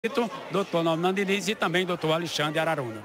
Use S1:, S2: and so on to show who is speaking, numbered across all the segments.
S1: doutor Normando Diniz e também doutor Alexandre Araruna.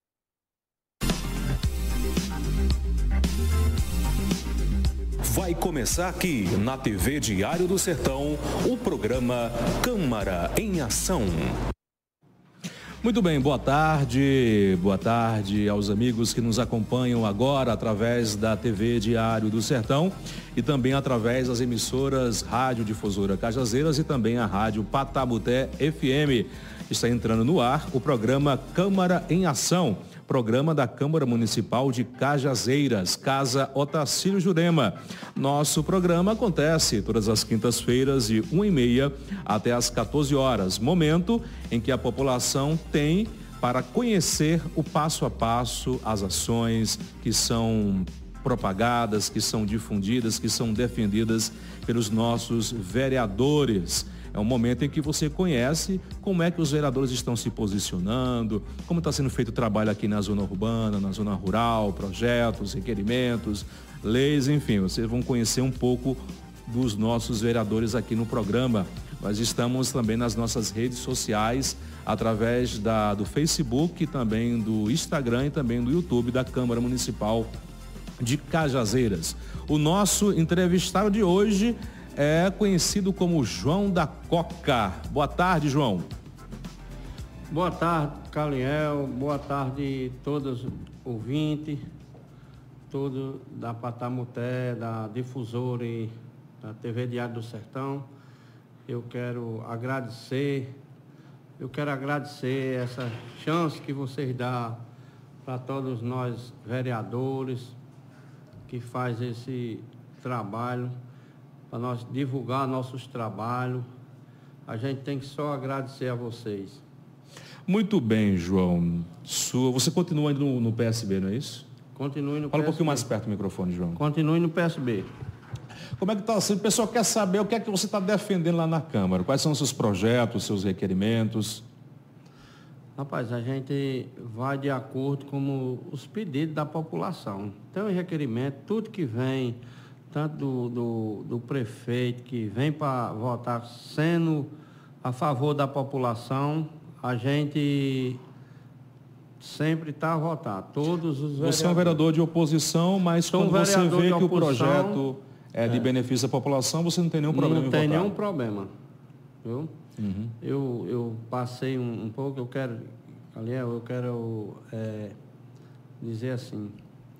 S2: Vai começar aqui na TV Diário do Sertão, o programa Câmara em Ação.
S3: Muito bem, boa tarde aos amigos que nos acompanham agora através da TV Diário do Sertão e também através das emissoras Rádio Difusora Cajazeiras e também a Rádio Patamuté FM. Está entrando no ar o programa Câmara em Ação, programa da Câmara Municipal de Cajazeiras, Casa Otacílio Jurema. Nosso programa acontece todas as quintas-feiras de 1h30 até às 14 horas, momento em que a população tem para conhecer o passo a passo, as ações que são propagadas, que são difundidas, que são defendidas pelos nossos vereadores. É um momento em que você conhece como é que os vereadores estão se posicionando, como está sendo feito o trabalho aqui na zona urbana, na zona rural, projetos, requerimentos, leis, enfim, vocês vão conhecer um pouco dos nossos vereadores aqui no programa. Nós estamos também nas nossas redes sociais, através do Facebook, também do Instagram e também do YouTube da Câmara Municipal de Cajazeiras. O nosso entrevistado de hoje é conhecido como João da Coca. Boa tarde, João.
S4: Boa tarde, Caliel. Boa tarde a todos os ouvintes, todos da Patamuté, da Difusora e da TV Diário do Sertão. Eu quero agradecer essa chance que vocês dão para todos nós vereadores que faz esse trabalho, para nós divulgar nossos trabalhos. A gente tem que só agradecer a vocês.
S3: Muito bem, João. Você continua indo no PSB, não é isso?
S4: Continue no PSB.
S3: Fala um pouquinho mais perto do microfone, João.
S4: Continue no PSB.
S3: Como é que está assim? O pessoal quer saber o que é que você está defendendo lá na Câmara. Quais são os seus projetos, os seus requerimentos?
S4: Rapaz, a gente vai de acordo com os pedidos da população. Então, o requerimento, tudo que vem, tanto do prefeito que vem para votar sendo a favor da população, a gente sempre está a votar. Todos os vereadores.
S3: Você é um vereador de oposição, mas quando você vê que o projeto é de benefício à população, você não tem nenhum problema em votar?
S4: Não tem nenhum problema, viu? Uhum. Eu passei um pouco, eu quero dizer assim,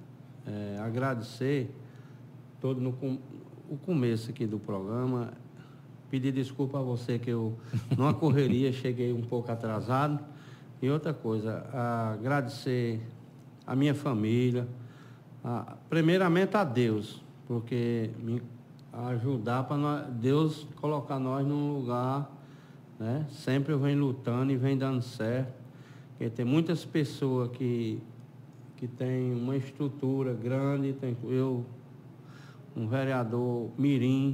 S4: agradecer todo o começo aqui do programa, pedir desculpa a você que eu, numa correria, cheguei um pouco atrasado. E outra coisa, agradecer a minha família, primeiramente a Deus, porque me ajudar para Deus colocar nós num lugar, né? Sempre eu venho lutando e vem dando certo, porque tem muitas pessoas que têm uma estrutura grande, um vereador mirim,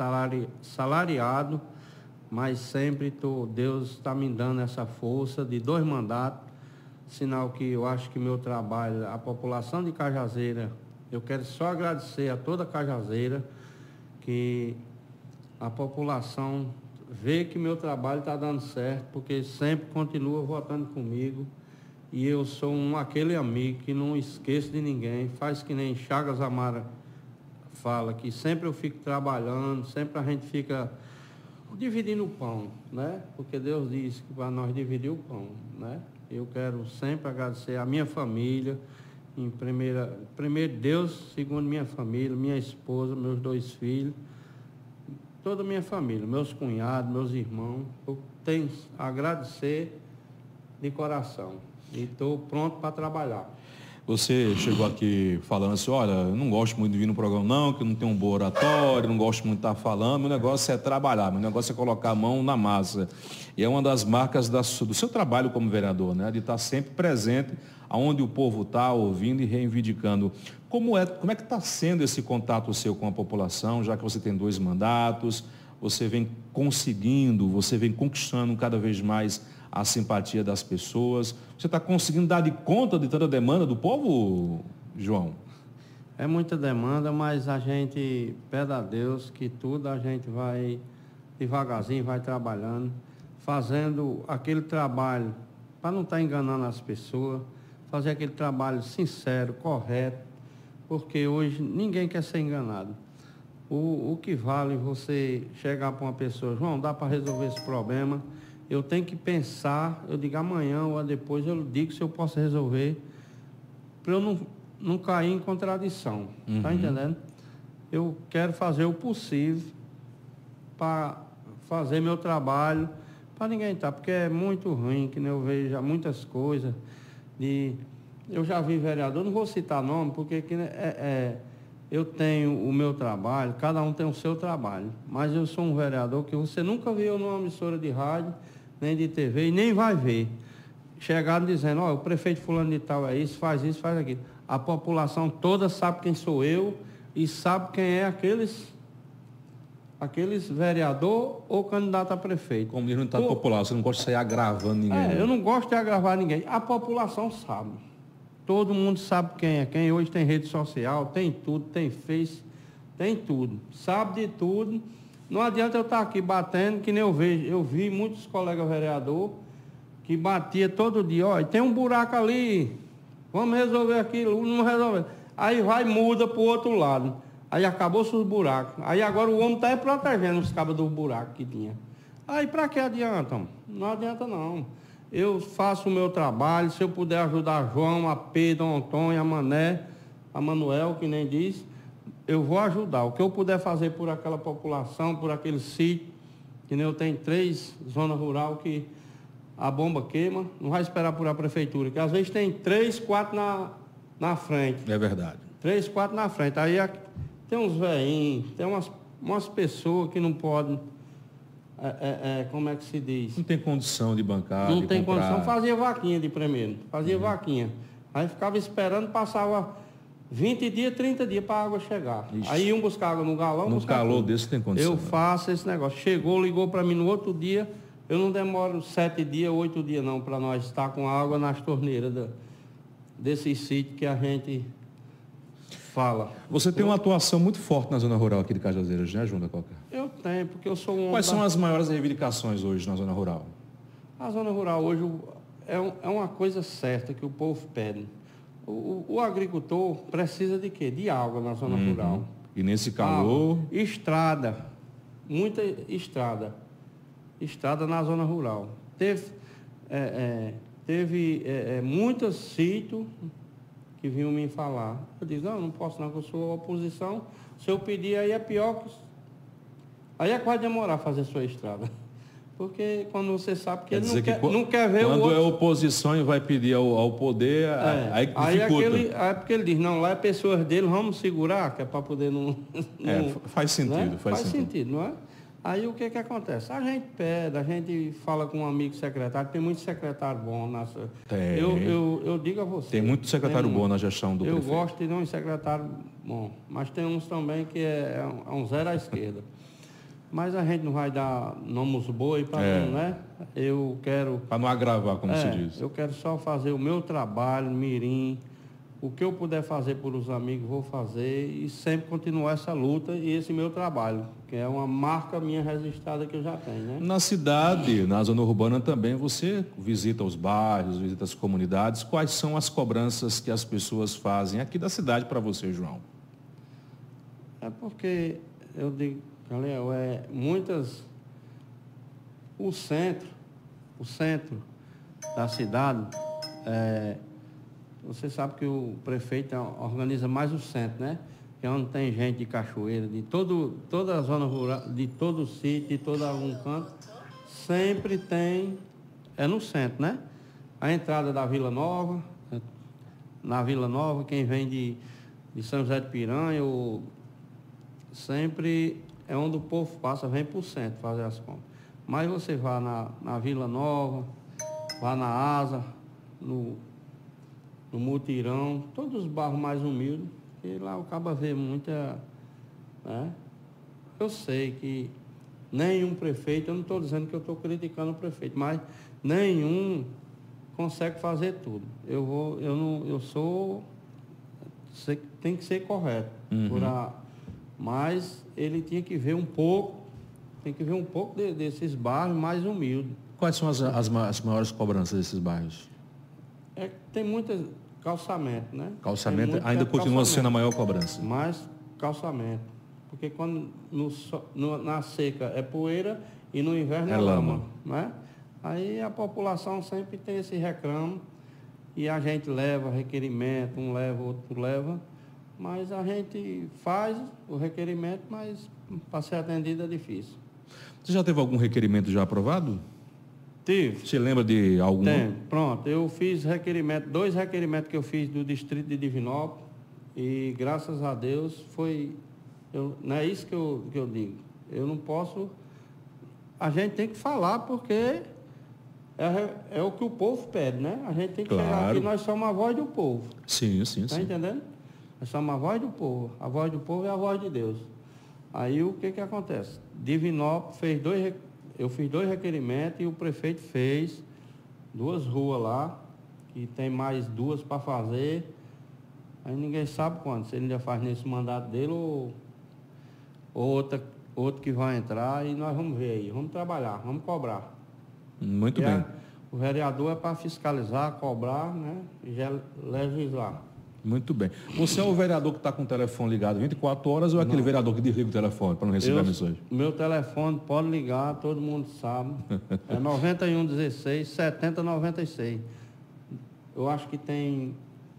S4: salariado, mas sempre Deus está me dando essa força de 2 mandatos, sinal que eu acho que meu trabalho, a população de Cajazeira, eu quero só agradecer a toda Cajazeira, que a população vê que meu trabalho está dando certo, porque sempre continua votando comigo, e eu sou aquele amigo que não esqueço de ninguém, faz que nem Chagas Amara fala, que sempre eu fico trabalhando, sempre a gente fica dividindo o pão, né? Porque Deus disse que para nós dividir o pão, né? Eu quero sempre agradecer a minha família, primeiro Deus, segundo minha família, minha esposa, meus 2 filhos, toda a minha família, meus cunhados, meus irmãos. Eu tenho a agradecer de coração e estou pronto para trabalhar.
S3: Você chegou aqui falando assim, olha, eu não gosto muito de vir no programa não, que eu não tenho um bom oratório, não gosto muito de estar falando, meu negócio é trabalhar, meu negócio é colocar a mão na massa. E é uma das marcas do seu trabalho como vereador, né? De estar sempre presente aonde o povo está ouvindo e reivindicando. Como é que está sendo esse contato seu com a população, já que você tem 2 mandatos, você vem conquistando cada vez mais a simpatia das pessoas. Você está conseguindo dar de conta de toda a demanda do povo, João?
S4: É muita demanda, mas a gente pede a Deus que tudo a gente vai devagarzinho, vai trabalhando. fazendo aquele trabalho, para não estar enganando as pessoas, fazer aquele trabalho sincero, correto, porque hoje ninguém quer ser enganado. O que vale você chegar para uma pessoa, João, dá para resolver esse problema, eu tenho que pensar, eu digo amanhã ou depois, eu digo se eu posso resolver, para eu não cair em contradição, tá entendendo? Eu quero fazer o possível para fazer meu trabalho, para ninguém estar, porque é muito ruim, que eu vejo já muitas coisas, eu já vi vereador, não vou citar nome, porque eu tenho o meu trabalho, cada um tem o seu trabalho, mas eu sou um vereador que você nunca viu numa emissora de rádio, nem de TV, e nem vai ver. Chegaram dizendo, o prefeito fulano de tal é isso, faz aquilo. A população toda sabe quem sou eu e sabe quem é aqueles vereador ou candidato a prefeito.
S3: Como diz no ditado popular, você não gosta de sair agravando ninguém.
S4: Eu não gosto de agravar ninguém. A população sabe. Todo mundo sabe quem é quem. Hoje tem rede social, tem tudo, tem Face, tem tudo. Sabe de tudo. Não adianta eu estar aqui batendo, que nem eu vejo. Eu vi muitos colegas vereadores que batia todo dia. Olha, tem um buraco ali, vamos resolver aquilo, não resolve. Aí vai e muda para o outro lado. Aí acabou-se os buracos. Aí agora o homem está protegendo os cabos do buraco que tinha. Aí para que adianta? Não adianta não. Eu faço o meu trabalho, se eu puder ajudar João, a Pedro, a Antônio, a Mané, a Manuel, que nem diz, eu vou ajudar. O que eu puder fazer por aquela população, por aquele sítio, que nem eu tenho 3 zonas rurais que a bomba queima, não vai esperar por a prefeitura, que às vezes tem 3, 4 na frente.
S3: É verdade.
S4: 3, 4 na frente. Aí tem uns velhinhos, tem umas pessoas que não podem, como é que se diz?
S3: Não tem condição de bancar,
S4: não
S3: de
S4: tem
S3: comprar.
S4: condição, fazia vaquinha de primeiro, vaquinha. Aí ficava esperando, passava 20 dias, 30 dias para a água chegar.
S3: Ixi.
S4: Aí iam buscar água no galão.
S3: No calor desse tem condição.
S4: Eu faço esse negócio. Chegou, ligou para mim no outro dia, eu não demoro 7 dias, 8 dias não, para nós estar com água nas torneiras desse sítio que a gente fala.
S3: Você tem uma atuação muito forte na zona rural aqui de Cajazeiras, né, Junda Coca?
S4: Eu tenho, porque eu sou um...
S3: Quais são as maiores reivindicações hoje na zona rural?
S4: A zona rural hoje é uma coisa certa que o povo pede. O agricultor precisa de quê? De água na zona rural.
S3: E nesse calor...
S4: Estrada, muita estrada. Estrada na zona rural. Teve muitos sítios que vinham me falar. Eu disse, não posso não, que eu sou oposição. Se eu pedir, aí é pior que... Aí é que vai demorar a fazer sua estrada. Porque quando você sabe que ele não quer ver o outro...
S3: Quando é oposição e vai pedir ao poder, aí dificulta.
S4: É porque ele diz, não, lá é pessoas dele, vamos segurar, que é para poder não...
S3: faz sentido,
S4: né? Faz sentido, não é? Aí o que acontece? A gente pede, a gente fala com um amigo secretário, tem muito secretário bom. Eu digo a você.
S3: Tem muito secretário bom na gestão do prefeito.
S4: Eu gosto de um secretário bom, mas tem uns também que é um zero à esquerda. Mas a gente não vai dar nomes boi para não, né? Eu quero...
S3: Para não agravar, como se diz.
S4: Eu quero só fazer o meu trabalho, mirim. O que eu puder fazer por os amigos, vou fazer. E sempre continuar essa luta e esse meu trabalho, que é uma marca minha registrada que eu já tenho, né?
S3: Na cidade, na zona urbana também, você visita os bairros, visita as comunidades. Quais são as cobranças que as pessoas fazem aqui da cidade para você, João?
S4: É porque, eu digo... Galera, o centro da cidade, você sabe que o prefeito organiza mais o centro, né? Que é onde tem gente de Cachoeira, de toda a zona rural, de todo o sítio, de todo algum canto, sempre tem, no centro, né? A entrada da Vila Nova, na Vila Nova, quem vem de São José de Piranha, sempre... É onde o povo passa, vem para o centro fazer as compras. Mas você vai na Vila Nova, vai na Asa, no Mutirão, todos os bairros mais humildes, e lá o cabo vê muita... Né? Eu sei que nenhum prefeito, eu não estou dizendo que eu estou criticando o prefeito, mas nenhum consegue fazer tudo. Tem que ser correto. Mas ele tinha que ver um pouco, desses bairros mais humildes.
S3: Quais são as maiores cobranças desses bairros?
S4: Tem muitas calçamento, né?
S3: Calçamento ainda continua sendo a maior cobrança.
S4: Mais calçamento. Porque quando na seca é poeira e no inverno é lama, né? Aí a população sempre tem esse reclamo e a gente leva requerimento, um leva, outro leva, mas a gente faz o requerimento, mas para ser atendido é difícil.
S3: Você já teve algum requerimento já aprovado?
S4: Tive.
S3: Você lembra de algum?
S4: Tem. Pronto, eu fiz dois requerimentos que eu fiz do distrito de Divinópolis e graças a Deus não é isso que eu digo. Eu não posso. A gente tem que falar porque é o que o povo pede, né? A gente tem que chegar aqui, nós somos a voz do povo.
S3: Sim.
S4: Está entendendo? Nós somos a voz do povo. A voz do povo é a voz de Deus. Aí o que acontece? Divinópolis eu fiz dois requerimentos e o prefeito fez 2 ruas lá, que tem mais 2 para fazer. Aí ninguém sabe quando, se ele ainda faz nesse mandato dele ou outro que vai entrar e nós vamos ver aí, vamos trabalhar, vamos cobrar.
S3: Muito bem.
S4: O vereador é para fiscalizar, cobrar, né? E já legislar.
S3: Muito bem. Você é o vereador que está com o telefone ligado 24 horas ou é aquele vereador que desliga o telefone para não receber a mensagem?
S4: Meu telefone pode ligar, todo mundo sabe. É 9116 7096. Eu acho que tem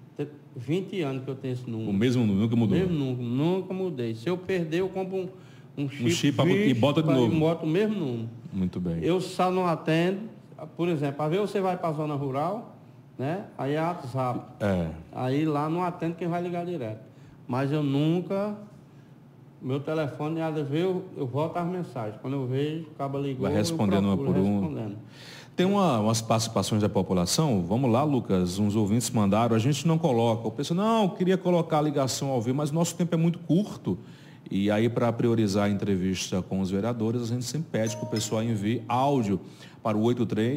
S4: 20 anos que eu tenho esse número.
S3: O mesmo número, nunca mudou?
S4: Nunca mudei. Se eu perder, eu compro um chip
S3: e bota de novo.
S4: E boto o mesmo número.
S3: Muito bem.
S4: Eu só não atendo, por exemplo, para ver você vai para a zona rural, né? Aí é WhatsApp. Aí lá não atendo quem vai ligar direto. Mas eu nunca, meu telefone, eu volto as mensagens. Quando eu vejo, acaba ligando.
S3: Vai respondendo uma por uma. Tem umas participações da população. Vamos lá, Lucas. Uns ouvintes mandaram, a gente não coloca. O pessoal, não, queria colocar a ligação ao vivo, mas nosso tempo é muito curto. E aí, para priorizar a entrevista com os vereadores, a gente sempre pede que o pessoal envie áudio para o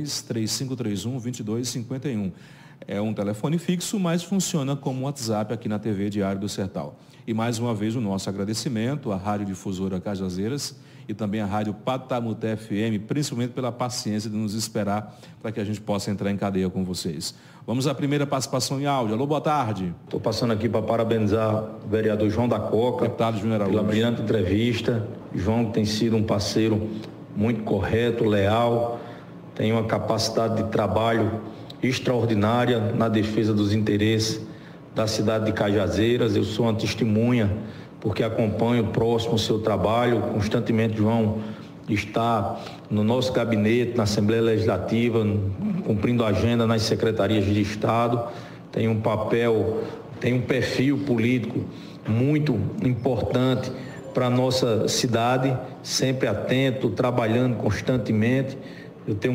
S3: 83-3531-2251. É um telefone fixo, mas funciona como WhatsApp aqui na TV Diário do Sertão. E mais uma vez o nosso agradecimento à Rádio Difusora Cajazeiras e também à Rádio Patamuté FM, principalmente pela paciência de nos esperar para que a gente possa entrar em cadeia com vocês. Vamos à primeira participação em áudio. Alô, boa tarde.
S5: Estou passando aqui para parabenizar o vereador João da Coca,
S3: deputado Júnior Araújo,
S5: pela brilhante entrevista. João tem sido um parceiro muito correto, leal, tem uma capacidade de trabalho extraordinária na defesa dos interesses da cidade de Cajazeiras. Eu sou uma testemunha, porque acompanho próximo o seu trabalho. Constantemente, João está no nosso gabinete, na Assembleia Legislativa, cumprindo a agenda nas secretarias de Estado. Tem um perfil político muito importante para a nossa cidade, sempre atento, trabalhando constantemente. Eu tenho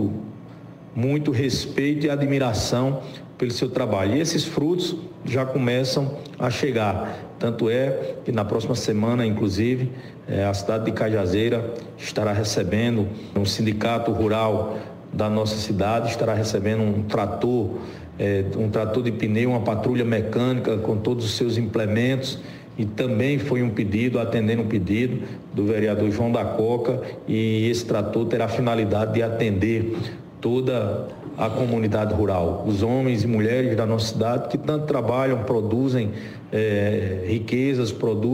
S5: muito respeito e admiração pelo seu trabalho. E esses frutos já começam a chegar. Tanto é que na próxima semana, inclusive, a cidade de Cajazeira estará recebendo, um sindicato rural da nossa cidade estará recebendo um trator de pneu, uma patrulha mecânica com todos os seus implementos. E também foi atendendo um pedido do vereador João da Coca, e esse trator terá a finalidade de atender toda a comunidade rural, os homens e mulheres da nossa cidade que tanto trabalham, produzem riquezas,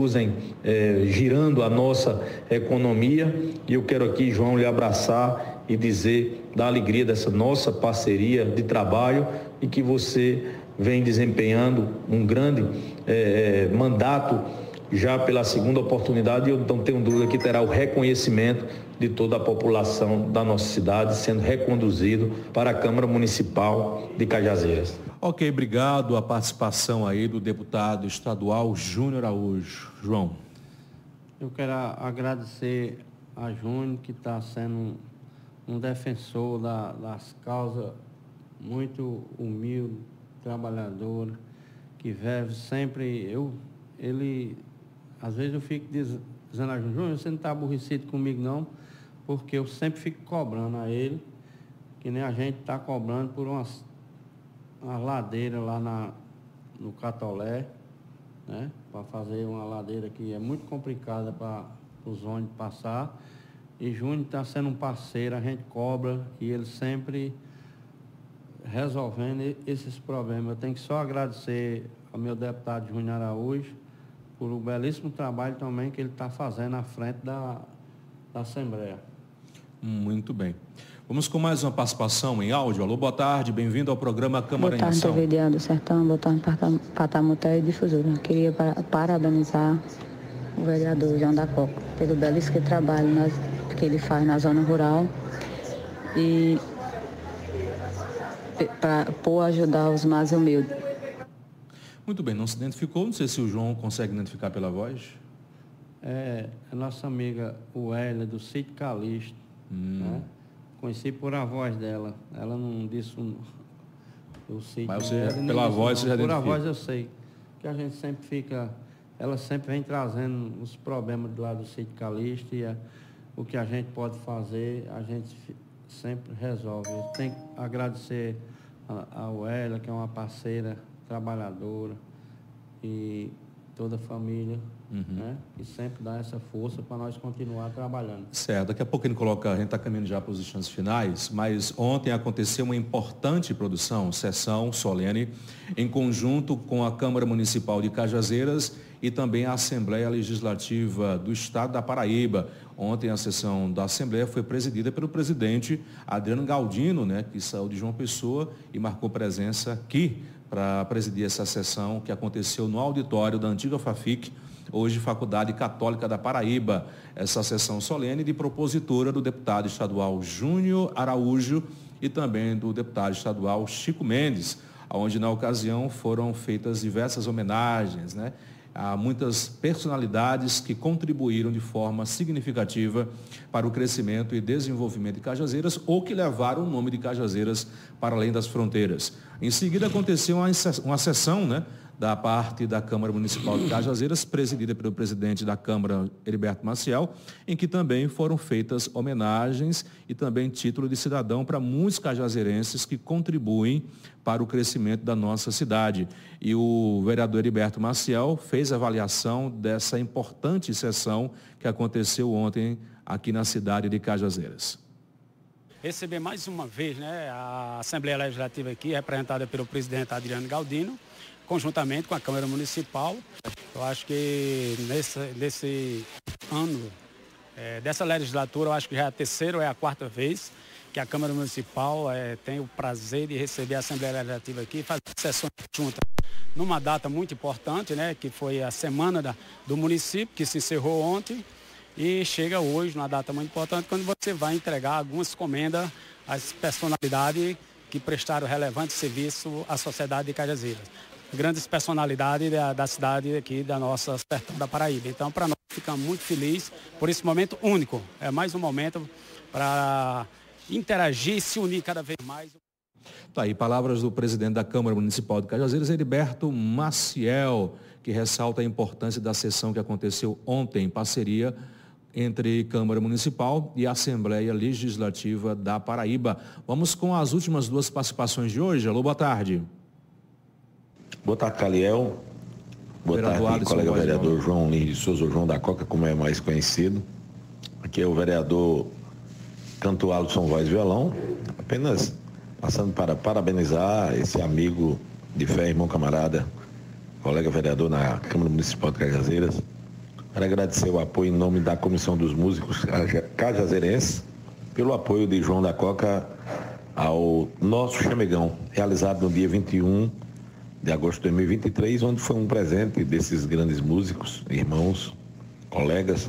S5: girando a nossa economia. E eu quero aqui, João, lhe abraçar e dizer da alegria dessa nossa parceria de trabalho e que você vem desempenhando um grande mandato já pela segunda oportunidade, e eu não tenho dúvida que terá o reconhecimento de toda a população da nossa cidade, sendo reconduzido para a Câmara Municipal de Cajazeiras.
S3: Ok, obrigado. A participação aí do deputado estadual Júnior Araújo. João.
S4: Eu quero agradecer a Júnior, que está sendo um defensor das causas, muito humilde, trabalhador, que vive sempre. Às vezes eu fico dizendo a Júnior, você não está aborrecido comigo não, porque eu sempre fico cobrando a ele, que nem a gente está cobrando por umas ladeiras lá no Catolé, né? Para fazer uma ladeira que é muito complicada para os ônibus passar. E Júnior está sendo um parceiro, a gente cobra e ele sempre resolvendo esses problemas. Eu tenho que só agradecer ao meu deputado Júnior Araújo por o belíssimo trabalho também que ele está fazendo à frente da Assembleia.
S3: Muito bem. Vamos com mais uma participação em áudio. Alô, boa tarde, bem-vindo ao programa Câmara em Ação.
S6: Boa tarde, TV do Sertão, boa tarde, Patamuté e Difusora. Queria parabenizar o vereador João da Coca pelo belíssimo trabalho que ele faz na zona rural e por ajudar os mais humildes.
S3: Muito bem, não se identificou, não sei se o João consegue identificar pela voz.
S4: É a nossa amiga Uélia, do Sítio Calixto, né? Conheci por a voz dela, ela não disse o sítio.
S3: Mas você, pela voz, você já identifica.
S4: Por a voz eu sei, que a gente sempre fica, ela sempre vem trazendo os problemas do lado do Sítio Calixto e o que a gente pode fazer, a gente sempre resolve. Eu tenho que agradecer a Uélia, que é uma parceira trabalhadora, e toda a família, né? Que sempre dá essa força para nós continuar trabalhando.
S3: Certo, daqui a pouco a gente está caminhando já para os instantes finais, mas ontem aconteceu uma importante sessão solene, em conjunto com a Câmara Municipal de Cajazeiras e também a Assembleia Legislativa do Estado da Paraíba. Ontem a sessão da Assembleia foi presidida pelo presidente Adriano Galdino, né, que saiu de João Pessoa e marcou presença aqui para presidir essa sessão que aconteceu no auditório da antiga FAFIC, hoje Faculdade Católica da Paraíba. Essa sessão solene de propositura do deputado estadual Júnior Araújo e também do deputado estadual Chico Mendes, onde na ocasião foram feitas diversas homenagens, né? Há muitas personalidades que contribuíram de forma significativa para o crescimento e desenvolvimento de Cajazeiras ou que levaram o nome de Cajazeiras para além das fronteiras. Em seguida aconteceu uma sessão, né, da parte da Câmara Municipal de Cajazeiras, presidida pelo presidente da Câmara, Heriberto Maciel, em que também foram feitas homenagens e também título de cidadão para muitos cajazeirenses que contribuem para o crescimento da nossa cidade. E o vereador Heriberto Maciel fez a avaliação dessa importante sessão que aconteceu ontem aqui na cidade de Cajazeiras.
S1: Receber mais uma vez, né, a Assembleia Legislativa aqui, representada pelo presidente Adriano Galdino, conjuntamente com a Câmara Municipal. Eu acho que nesse ano, dessa legislatura, eu acho que já é a terceira ou é a quarta vez que a Câmara Municipal tem o prazer de receber a Assembleia Legislativa aqui e fazer sessões juntas numa data muito importante, né, que foi a Semana do Município, que se encerrou ontem, e chega hoje, numa data muito importante, quando você vai entregar algumas comendas às personalidades que prestaram relevante serviço à sociedade de Cajazeiras. Grandes personalidades da cidade aqui, da nossa sertão da Paraíba. Então, para nós, ficamos muito felizes por esse momento único. É mais um momento para interagir e se unir cada vez mais.
S3: Tá aí, palavras do presidente da Câmara Municipal de Cajazeiras, Heriberto Maciel, que ressalta a importância da sessão que aconteceu ontem em parceria entre Câmara Municipal e Assembleia Legislativa da Paraíba. Vamos com as últimas duas participações de hoje. Alô, boa tarde.
S7: Boa tarde, Caliel. Boa tarde, colega vereador João Lins de Souza, João da Coca, como é mais conhecido. Aqui é o vereador Canto Alisson Voz Violão. Apenas passando para parabenizar esse amigo de fé, irmão camarada, colega vereador na Câmara Municipal de Cajazeiras. Para agradecer o apoio em nome da Comissão dos Músicos Cajazeirenses, pelo apoio de João da Coca ao nosso chamegão, realizado no dia 21 de agosto de 2023, onde foi um presente desses grandes músicos, irmãos, colegas,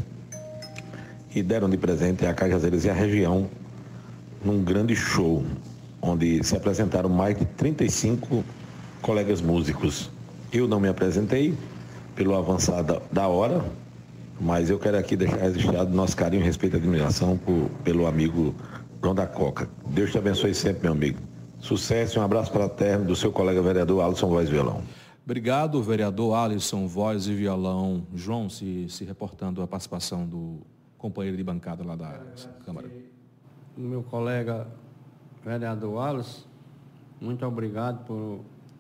S7: e deram de presente a Cajazeiras e a região num grande show, onde se apresentaram mais de 35 colegas músicos. Eu não me apresentei pelo avançar da hora, mas eu quero aqui deixar registrado nosso carinho, respeito e admiração pelo amigo João da Coca. Deus te abençoe sempre, meu amigo. Sucesso e um abraço fraterno do seu colega vereador Alisson Voz Violão.
S3: Obrigado, vereador Alisson Voz e Violão. João, se reportando a participação do companheiro de bancada lá da Câmara.
S4: Meu colega vereador Alisson, muito obrigado por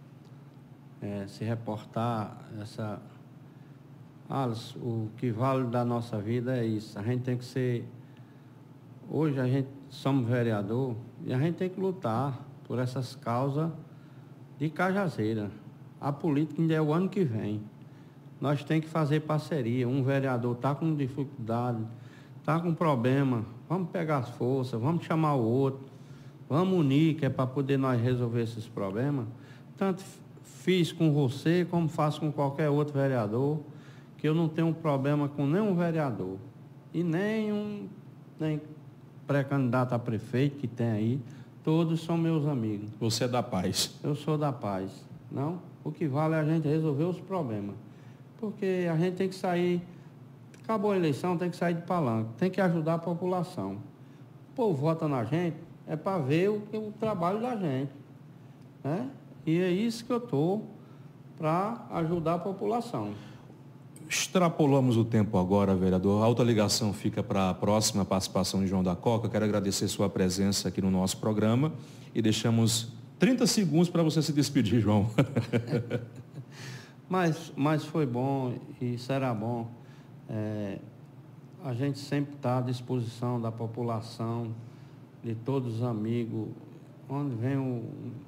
S4: se reportar essa... Alisson, o que vale da nossa vida é isso. A gente tem que ser hoje a gente somos vereador e a gente tem que lutar por essas causas de Cajazeira. A política ainda é o ano que vem. Nós temos que fazer parceria. Um vereador está com dificuldade, está com problema, vamos pegar as forças, vamos chamar o outro, vamos unir, que é para poder nós resolver esses problemas. Tanto fiz com você, como faço com qualquer outro vereador, que eu não tenho problema com nenhum vereador. E nem pré-candidato a prefeito que tem aí, todos são meus amigos.
S3: Você é da paz?
S4: Eu sou da paz. Não? O que vale é a gente resolver os problemas. Porque a gente tem que sair, acabou a eleição, tem que sair de palanque, tem que ajudar a população. O povo vota na gente, é para ver o trabalho da gente. Né? E é isso que eu estou para ajudar a população.
S3: Extrapolamos o tempo agora, vereador. A outra ligação fica para a próxima participação de João da Coca. Quero agradecer sua presença aqui no nosso programa e deixamos 30 segundos para você se despedir, João.
S4: Mas foi bom e será bom. A gente sempre está à disposição da população, de todos os amigos, onde vem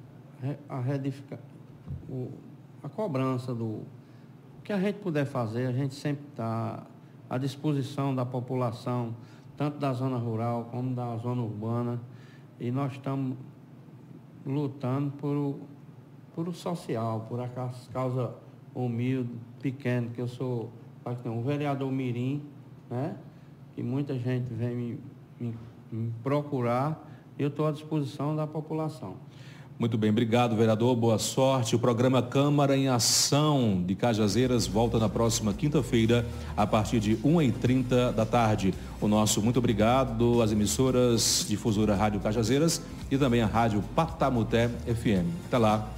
S4: a cobrança do que a gente puder fazer, a gente sempre está à disposição da população, tanto da zona rural como da zona urbana, e nós estamos lutando por o social, por a causa humilde, pequena, que eu sou um vereador mirim, né? Que muita gente vem me procurar, e eu estou à disposição da população.
S3: Muito bem, obrigado, vereador, boa sorte. O programa Câmara em Ação de Cajazeiras volta na próxima quinta-feira, a partir de 1h30 da tarde. O nosso muito obrigado às emissoras Difusora Rádio Cajazeiras e também a Rádio Patamuté FM. Até lá.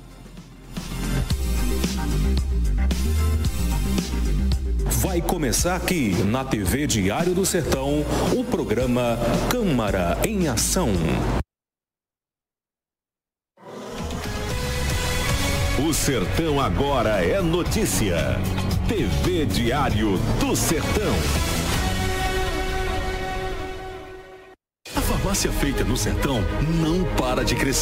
S2: Vai começar aqui, na TV Diário do Sertão, o programa Câmara em Ação.
S8: O Sertão agora é notícia. TV Diário do Sertão. A farmácia feita no Sertão não para de crescer.